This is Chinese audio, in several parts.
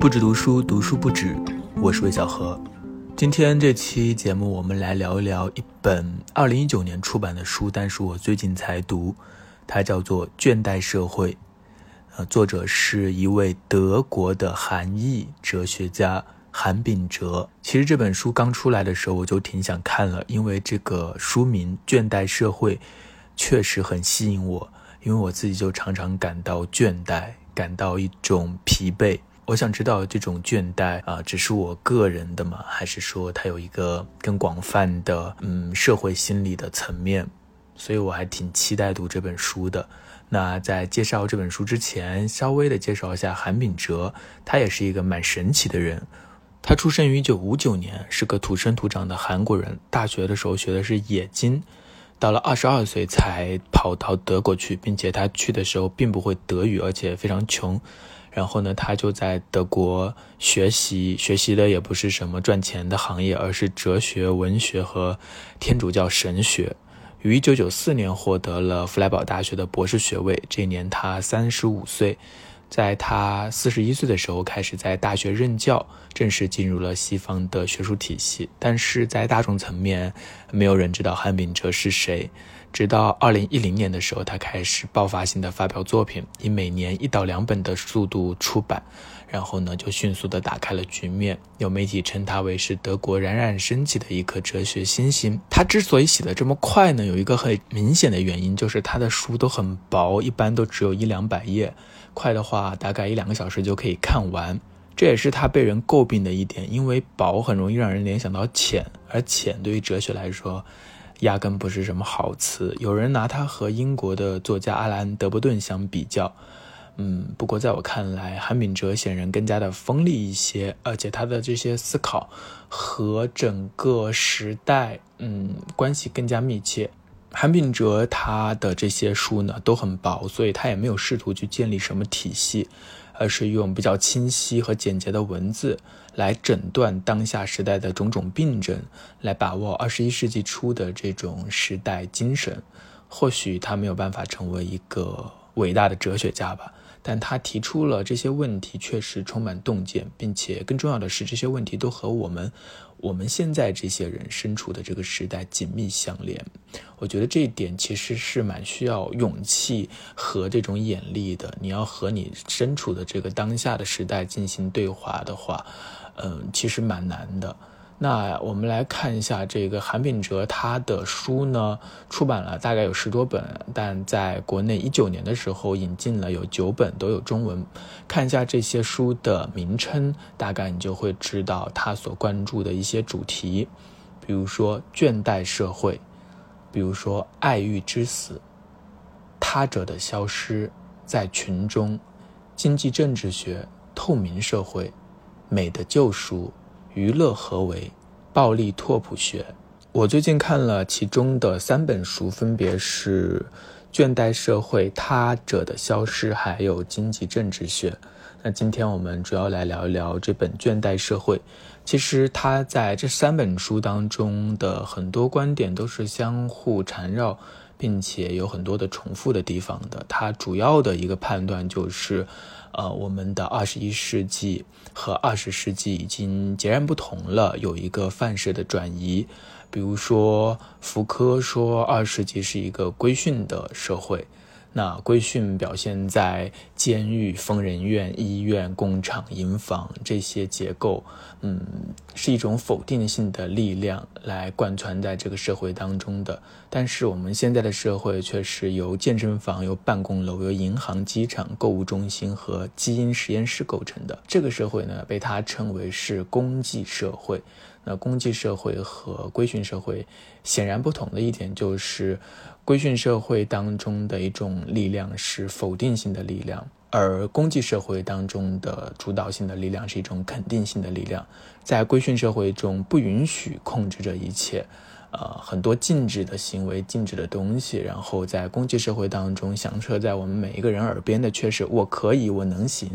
不止读书，读书不止。我是魏小何。今天这期节目，我们来聊一聊一本2019年出版的书，但是我最近才读，它叫做《倦怠社会》。作者是一位德国的韩裔哲学家韩炳哲。其实这本书刚出来的时候，我就挺想看了，因为这个书名《倦怠社会》确实很吸引我，因为我自己就常常感到倦怠，感到一种疲惫。我想知道这种倦怠只是我个人的吗？还是说它有一个更广泛的社会心理的层面？所以我还挺期待读这本书的。那在介绍这本书之前，稍微的介绍一下韩炳哲，他也是一个蛮神奇的人。他出生于1959年，是个土生土长的韩国人，大学的时候学的是冶金，到了22岁才跑到德国去，并且他去的时候并不会德语，而且非常穷。然后呢，他就在德国学习的也不是什么赚钱的行业，而是哲学、文学和天主教神学。于1994年获得了弗莱堡大学的博士学位，这年他35岁。在他41岁的时候开始在大学任教，正式进入了西方的学术体系。但是在大众层面，没有人知道韩炳哲是谁。直到2010年的时候，他开始爆发性的发表作品，以每年1到2本的速度出版，然后呢就迅速的打开了局面。有媒体称他为是德国冉冉升起的一颗哲学新星。他之所以写得这么快呢，有一个很明显的原因，就是他的书都很薄，一般都只有100-200页，快的话大概1-2个小时就可以看完。这也是他被人诟病的一点，因为薄很容易让人联想到浅，而浅对于哲学来说压根不是什么好词。有人拿他和英国的作家阿兰·德伯顿相比较，不过在我看来，韩炳哲显然更加的锋利一些，而且他的这些思考和整个时代关系更加密切。韩炳哲他的这些书呢都很薄，所以他也没有试图去建立什么体系，而是用比较清晰和简洁的文字来诊断当下时代的种种病症，来把握21世纪初的这种时代精神。或许他没有办法成为一个伟大的哲学家吧，但他提出了这些问题确实充满洞见，并且更重要的是，这些问题都和我们现在这些人身处的这个时代紧密相连。我觉得这一点其实是蛮需要勇气和这种眼力的。你要和你身处的这个当下的时代进行对话的话，其实蛮难的。那我们来看一下这个韩炳哲他的书呢，出版了大概有10多本，但在国内19年的时候引进了有9本，都有中文。看一下这些书的名称，大概你就会知道他所关注的一些主题，比如说倦怠社会，比如说爱欲之死，他者的消失，在群中，经济政治学，透明社会，美的救赎，娱乐何为，暴力拓扑学。我最近看了其中的3本书，分别是倦怠社会、他者的消失还有经济政治学。那今天我们主要来聊一聊这本倦怠社会。其实他在这3本书当中的很多观点都是相互缠绕，并且有很多的重复的地方的。他主要的一个判断就是我们的21世纪和20世纪已经截然不同了，有一个范式的转移。比如说福柯说20世纪是一个规训的社会，那规训表现在监狱、疯人院、医院、工厂、营房这些结构，是一种否定性的力量来贯穿在这个社会当中的。但是我们现在的社会却是由健身房、由办公楼、由银行、机场、购物中心和基因实验室构成的。这个社会呢，被它称为是公济社会。那公济社会和规训社会显然不同的一点就是，规训社会当中的一种力量是否定性的力量，而公济社会当中的主导性的力量是一种肯定性的力量。在规训社会中不允许控制着一切，很多禁止的行为、禁止的东西，然后在公济社会当中响彻在我们每一个人耳边的却是我可以，我能行，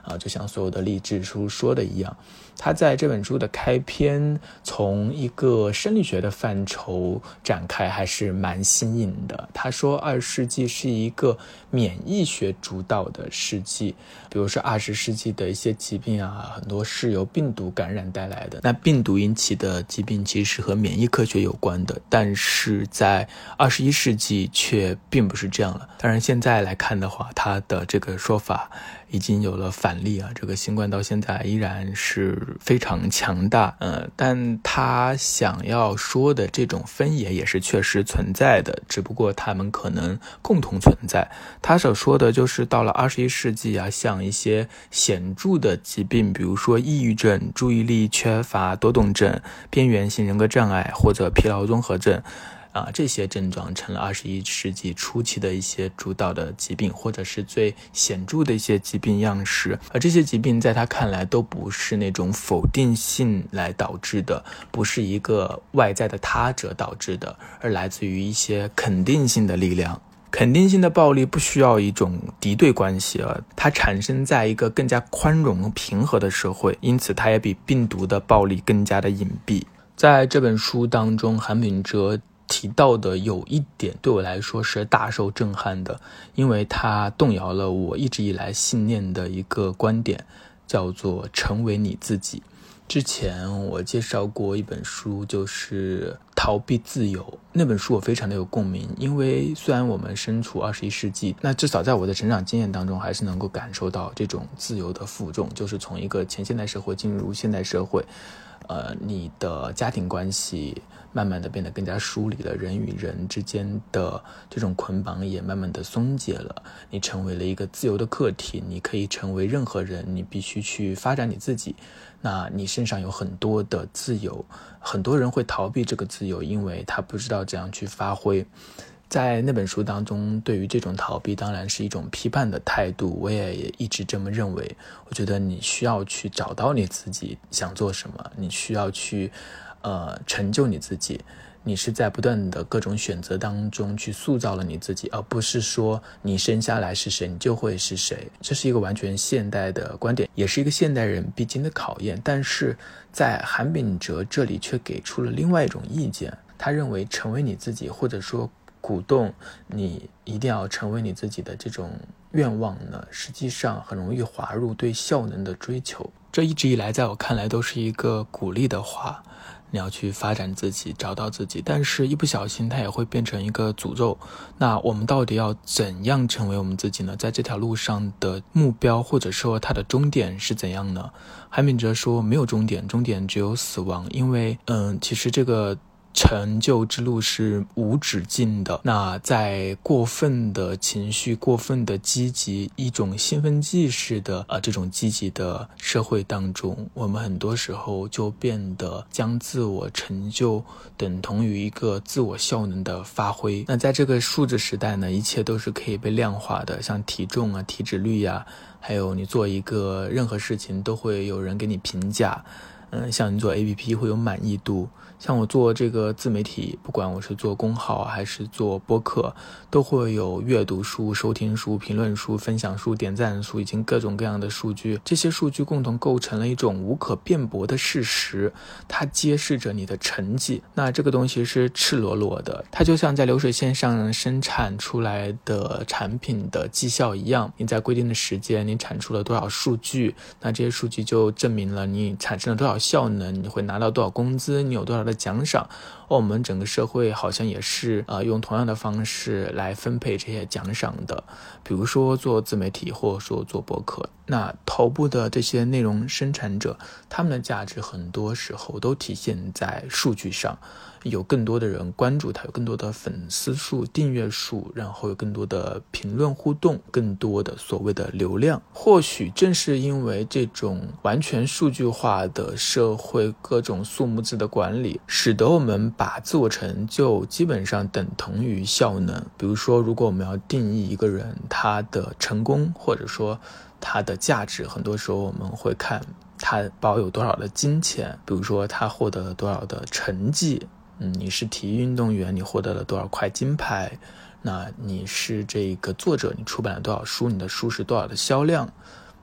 就像所有的励志书说的一样，他在这本书的开篇从一个生理学的范畴展开，还是蛮新颖的。他说20世纪是一个免疫学主导的世纪，比如说20世纪的一些疾病很多是由病毒感染带来的。那病毒引起的疾病其实是和免疫科学有关的，但是在21世纪却并不是这样了。当然现在来看的话，他的这个说法已经有了反例这个新冠到现在依然是非常强大，但他想要说的这种分野也是确实存在的，只不过他们可能共同存在。他所说的就是到了21世纪像一些显著的疾病，比如说抑郁症、注意力缺乏多动症、边缘性人格障碍或者疲劳综合症这些症状成了21世纪初期的一些主导的疾病，或者是最显著的一些疾病样式。而这些疾病在他看来都不是那种否定性来导致的，不是一个外在的他者导致的，而来自于一些肯定性的力量。肯定性的暴力不需要一种敌对关系它产生在一个更加宽容平和的社会，因此它也比病毒的暴力更加的隐蔽。在这本书当中，韩炳哲提到的有一点对我来说是大受震撼的，因为它动摇了我一直以来信念的一个观点，叫做成为你自己。之前我介绍过一本书，就是逃避自由，那本书我非常的有共鸣，因为虽然我们身处21世纪，那至少在我的成长经验当中还是能够感受到这种自由的负重，就是从一个前现代社会进入现代社会，你的家庭关系慢慢的变得更加疏离了，人与人之间的这种捆绑也慢慢的松解了，你成为了一个自由的个体，你可以成为任何人，你必须去发展你自己，那你身上有很多的自由，很多人会逃避这个自由，因为他不知道怎样去发挥。在那本书当中，对于这种逃避当然是一种批判的态度，我也一直这么认为。我觉得你需要去找到你自己想做什么，你需要去成就你自己，你是在不断的各种选择当中去塑造了你自己，而不是说你生下来是谁你就会是谁。这是一个完全现代的观点，也是一个现代人必经的考验，但是在韩炳哲这里却给出了另外一种意见。他认为成为你自己，或者说鼓动你一定要成为你自己的这种愿望呢，实际上很容易滑入对效能的追求。这一直以来在我看来都是一个鼓励的话，你要去发展自己，找到自己，但是一不小心它也会变成一个诅咒。那我们到底要怎样成为我们自己呢？在这条路上的目标或者说它的终点是怎样呢？韩炳哲说没有终点，终点只有死亡，因为其实这个成就之路是无止境的。那在过分的情绪、过分的积极、一种兴奋剂式的这种积极的社会当中，我们很多时候就变得将自我成就等同于一个自我效能的发挥。那在这个数字时代呢，一切都是可以被量化的，像体重体脂率还有你做一个任何事情都会有人给你评价。像你做 APP 会有满意度，像我做这个自媒体，不管我是做公号还是做播客，都会有阅读数、收听数、评论数、分享数、点赞数，以及各种各样的数据。这些数据共同构成了一种无可辩驳的事实，它揭示着你的成绩。那这个东西是赤裸裸的，它就像在流水线上生产出来的产品的绩效一样，你在规定的时间你产出了多少数据，那这些数据就证明了你产生了多少效能，你会拿到多少工资，你有多少的奖赏。我们整个社会好像也是用同样的方式来分配这些奖赏的，比如说做自媒体或者说做播客，那头部的这些内容生产者，他们的价值很多时候都体现在数据上，有更多的人关注他，有更多的粉丝数、订阅数，然后有更多的评论互动，更多的所谓的流量。或许正是因为这种完全数据化的社会，各种数目字的管理，使得我们把自我成就基本上等同于效能。比如说，如果我们要定义一个人他的成功，或者说他的价值，很多时候我们会看他保有多少的金钱，比如说他获得了多少的成绩，你是体育运动员，你获得了多少块金牌，那你是这个作者，你出版了多少书，你的书是多少的销量，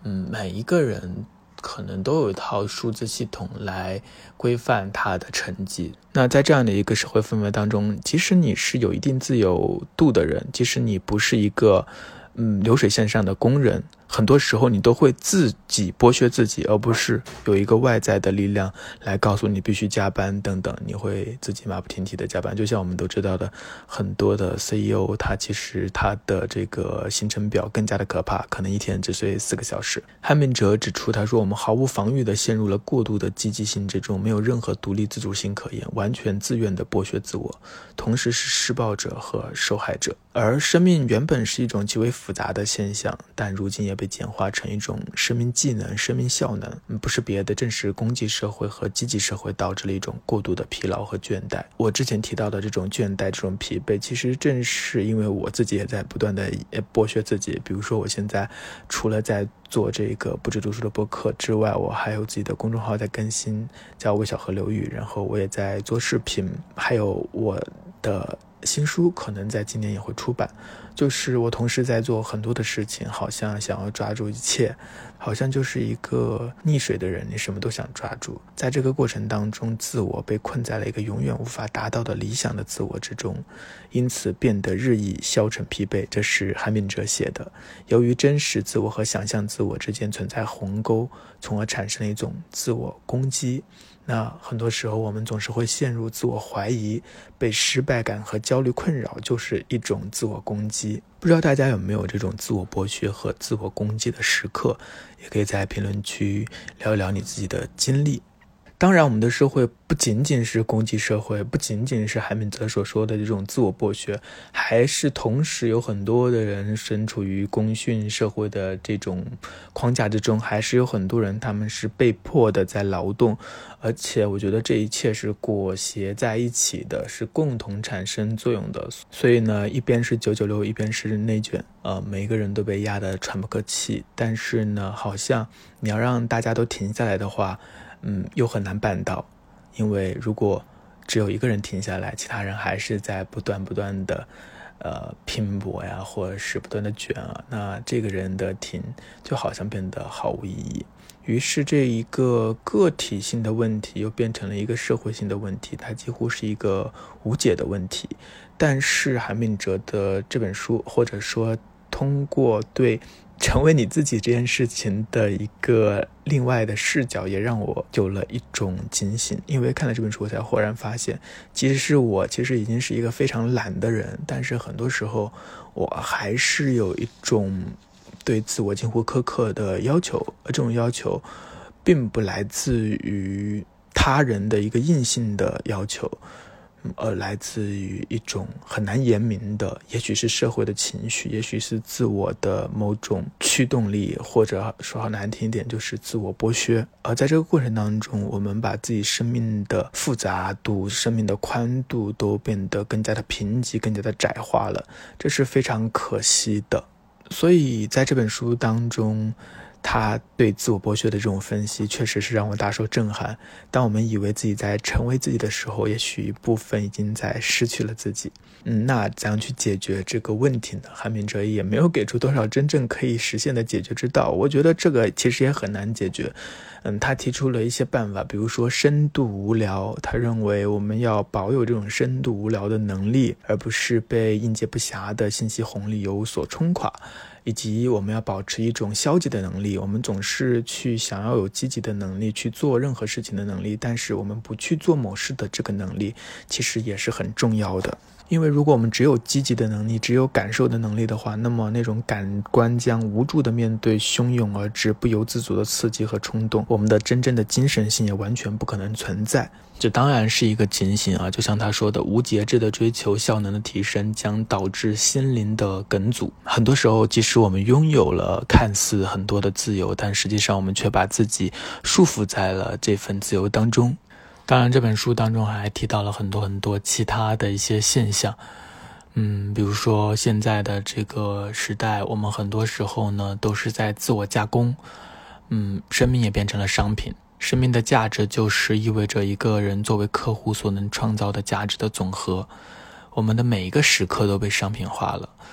每一个人可能都有一套数字系统来规范他的成绩。那在这样的一个社会氛围当中，即使你是有一定自由度的人，即使你不是一个流水线上的工人，很多时候你都会自己剥削自己，而不是有一个外在的力量来告诉你必须加班等等，你会自己马不停蹄的加班。就像我们都知道的，很多的 CEO 其实他的这个行程表更加的可怕，可能一天只睡4个小时。汉明哲指出，他说我们毫无防御的陷入了过度的积极性之中，没有任何独立自主性可言，完全自愿的剥削自我，同时是施暴者和受害者。而生命原本是一种极为复杂的现象，但如今也被简化成一种生命技能、生命效能，不是别的，正是功绩社会和积极社会导致了一种过度的疲劳和倦怠。我之前提到的这种倦怠、这种疲惫，其实正是因为我自己也在不断的剥削自己。比如说我现在除了在做这个不止读书的播客之外，我还有自己的公众号在更新，叫魏小河流域，然后我也在做视频，还有我的新书可能在今年也会出版。就是我同时在做很多的事情，好像想要抓住一切，好像就是一个溺水的人，你什么都想抓住。在这个过程当中，自我被困在了一个永远无法达到的理想的自我之中，因此变得日益消沉疲惫。这是韩敏哲写的。由于真实自我和想象自我之间存在鸿沟，从而产生了一种自我攻击。那很多时候我们总是会陷入自我怀疑，被失败感和焦虑困扰，就是一种自我攻击。不知道大家有没有这种自我剥削和自我攻击的时刻，也可以在评论区聊一聊你自己的经历。当然我们的社会不仅仅是功绩社会，不仅仅是韩敏哲所说的这种自我剥削，还是同时有很多的人身处于功勋社会的这种框架之中，还是有很多人他们是被迫的在劳动，而且我觉得这一切是裹挟在一起的，是共同产生作用的。所以呢，一边是996，一边是内卷，每一个人都被压得喘不过气。但是呢，好像你要让大家都停下来的话，又很难办到。因为如果只有一个人停下来，其他人还是在不断的拼搏呀，或者是不断的卷啊，那这个人的停就好像变得毫无意义。于是这一个个体性的问题又变成了一个社会性的问题，它几乎是一个无解的问题。但是韩敏哲的这本书，或者说通过对成为你自己这件事情的一个另外的视角，也让我有了一种警醒。因为看了这本书，我才忽然发现，其实已经是一个非常懒的人，但是很多时候我还是有一种对自我近乎苛刻的要求，而这种要求并不来自于他人的一个硬性的要求，而来自于一种很难言明的，也许是社会的情绪，也许是自我的某种驱动力，或者说好难听一点，就是自我剥削。而在这个过程当中，我们把自己生命的复杂度、生命的宽度都变得更加的贫瘠，更加的窄化了，这是非常可惜的。所以在这本书当中，他对自我剥削的这种分析确实是让我大受震撼。当我们以为自己在成为自己的时候，也许一部分已经在失去了自己。那怎样去解决这个问题呢？韩敏哲也没有给出多少真正可以实现的解决之道。我觉得这个其实也很难解决。他提出了一些办法，比如说深度无聊。他认为我们要保有这种深度无聊的能力，而不是被应接不暇的信息红利有所冲垮。以及我们要保持一种消极的能力，我们总是去想要有积极的能力，去做任何事情的能力，但是我们不去做某事的这个能力其实也是很重要的。因为如果我们只有积极的能力，只有感受的能力的话，那么那种感官将无助的面对汹涌而至、不由自主的刺激和冲动，我们的真正的精神性也完全不可能存在。这当然是一个警醒啊，就像他说的，无节制的追求效能的提升将导致心灵的梗阻。很多时候即使我们拥有了看似很多的自由，但实际上我们却把自己束缚在了这份自由当中。当然这本书当中还提到了很多其他的一些现象，比如说现在的这个时代，我们很多时候呢都是在自我加工，生命也变成了商品。生命的价值就是意味着一个人作为客户所能创造的价值的总和，我们的每一个时刻都被商品化了。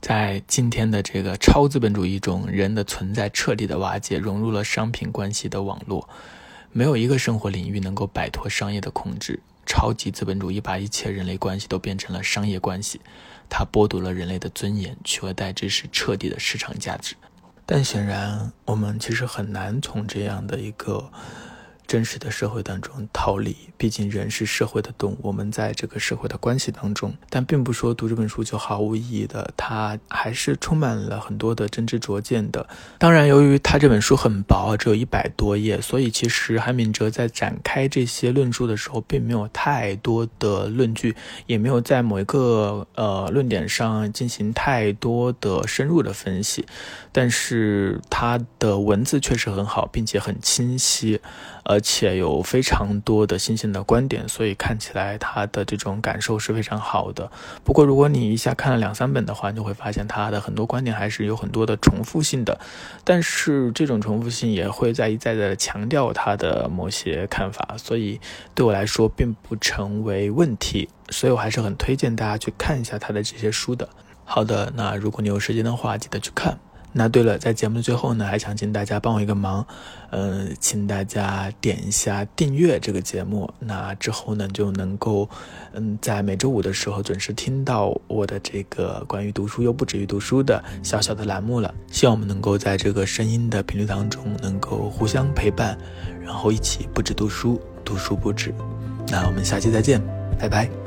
在今天的这个超资本主义中，人的存在彻底的瓦解，融入了商品关系的网络，没有一个生活领域能够摆脱商业的控制。超级资本主义把一切人类关系都变成了商业关系，它剥夺了人类的尊严，取而代之是彻底的市场价值。但显然我们其实很难从这样的一个真实的社会当中逃离，毕竟人是社会的动物，我们在这个社会的关系当中，但并不说读这本书就毫无意义的，它还是充满了很多的真知灼见的。当然由于它这本书很薄，只有100多页，所以其实韩敏哲在展开这些论述的时候并没有太多的论据，也没有在某一个论点上进行太多的深入的分析，但是他的文字确实很好，并且很清晰，而且有非常多的新鲜的观点，所以看起来他的这种感受是非常好的。不过如果你一下看了2-3本的话，你就会发现他的很多观点还是有很多的重复性的，但是这种重复性也会一再的强调他的某些看法，所以对我来说并不成为问题，所以我还是很推荐大家去看一下他的这些书的。好的，那如果你有时间的话记得去看。那对了，在节目的最后呢，还想请大家帮我一个忙，请大家点一下订阅这个节目，那之后呢就能够在每周五的时候准时听到我的这个关于读书又不止于读书的小小的栏目了。希望我们能够在这个声音的频率当中能够互相陪伴，然后一起不止读书，读书不止。那我们下期再见，拜拜。